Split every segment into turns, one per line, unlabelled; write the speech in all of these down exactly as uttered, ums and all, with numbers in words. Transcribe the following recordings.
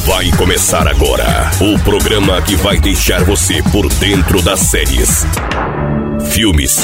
Vai começar agora o programa que vai deixar você por dentro das séries, filmes,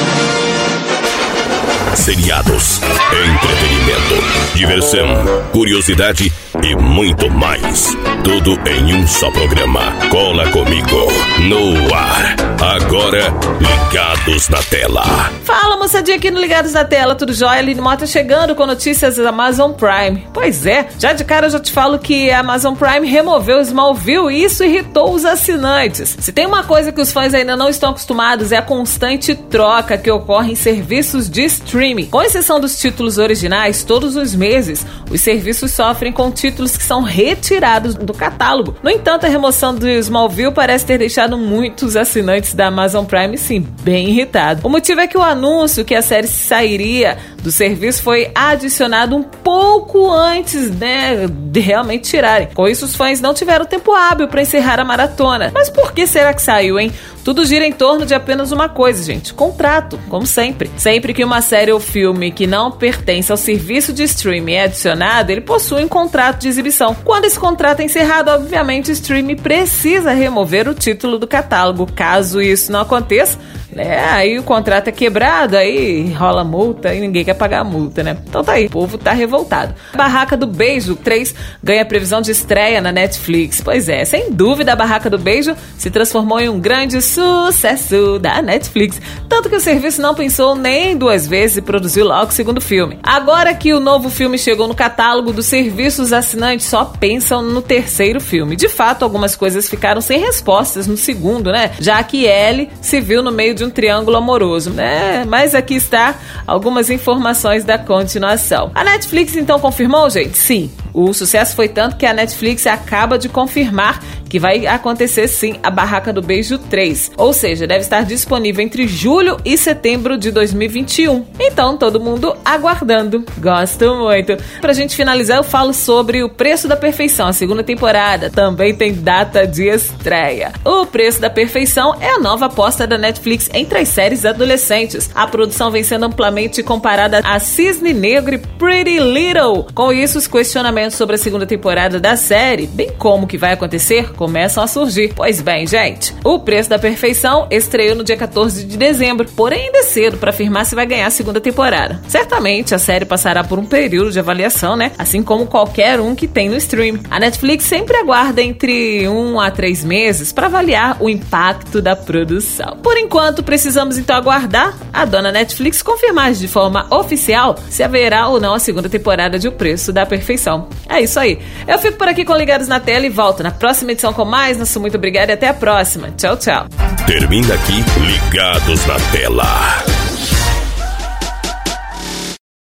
seriados, entretenimento, diversão, curiosidade e muito mais. Tudo em um só programa. Cola comigo no ar. Agora, Ligados na Tela.
Fala, moçadinha, aqui no Ligados na Tela, tudo jóia? Aline Mota chegando com notícias da Amazon Prime. Pois é, já de cara eu já te falo que a Amazon Prime removeu o Smallville e isso irritou os assinantes. Se tem uma coisa que os fãs ainda não estão acostumados é a constante troca que ocorre em serviços de streaming. Com exceção dos títulos originais, todos os meses os serviços sofrem com títulos que são retirados do catálogo. No entanto, a remoção do Smallville parece ter deixado muitos assinantes da Amazon Prime, sim, bem irritados. O motivo é que o anúncio que a série sairia do serviço foi adicionado um pouco antes, né, de realmente tirarem. Com isso, os fãs não tiveram tempo hábil para encerrar a maratona. Mas por que será que saiu, hein? Tudo gira em torno de apenas uma coisa, gente: contrato, como sempre. Sempre que uma série ou filme que não pertence ao serviço de streaming é adicionado, ele possui um contrato de exibição. Quando esse contrato é encerrado, obviamente o streaming precisa remover o título do catálogo. Caso isso não aconteça, né, aí o contrato é quebrado, aí rola multa e ninguém quer pagar a multa, né? Então tá aí, o povo tá revoltado. Barraca do Beijo três ganha previsão de estreia na Netflix. Pois é, sem dúvida a Barraca do Beijo se transformou em um grande sucesso da Netflix, tanto que o serviço não pensou nem duas vezes e produziu logo o segundo filme. Agora que o novo filme chegou no catálogo do serviço, os assinantes só pensam no terceiro filme. De fato, algumas coisas ficaram sem respostas no segundo, né? Já que Ellie se viu no meio de um triângulo amoroso, né? Mas aqui está algumas informações da continuação. A Netflix então confirmou, gente? Sim. O sucesso foi tanto que a Netflix acaba de confirmar que vai acontecer sim a Barraca do Beijo três. Ou seja, deve estar disponível entre julho e setembro de dois mil e vinte e um. Então, todo mundo aguardando. Gosto muito. Pra gente finalizar, eu falo sobre O Preço da Perfeição. A segunda temporada também tem data de estreia. O Preço da Perfeição é a nova aposta da Netflix entre as séries adolescentes. A produção vem sendo amplamente comparada a Cisne Negro e Pretty Little. Com isso, os questionamentos sobre a segunda temporada da série, bem como que vai acontecer, começam a surgir. Pois bem, gente, O Preço da Perfeição estreou no dia quatorze de dezembro, porém ainda é cedo para afirmar se vai ganhar a segunda temporada. Certamente a série passará por um período de avaliação, né? Assim como qualquer um que tem no stream. A Netflix sempre aguarda entre um a três meses para avaliar o impacto da produção. Por enquanto, precisamos então aguardar a dona Netflix confirmar de forma oficial se haverá ou não a segunda temporada de O Preço da Perfeição. É isso aí. Eu fico por aqui com Ligados na Tela e volto na próxima edição com mais. Nosso muito obrigado e até a próxima. Tchau, tchau.
Termina aqui Ligados na Tela.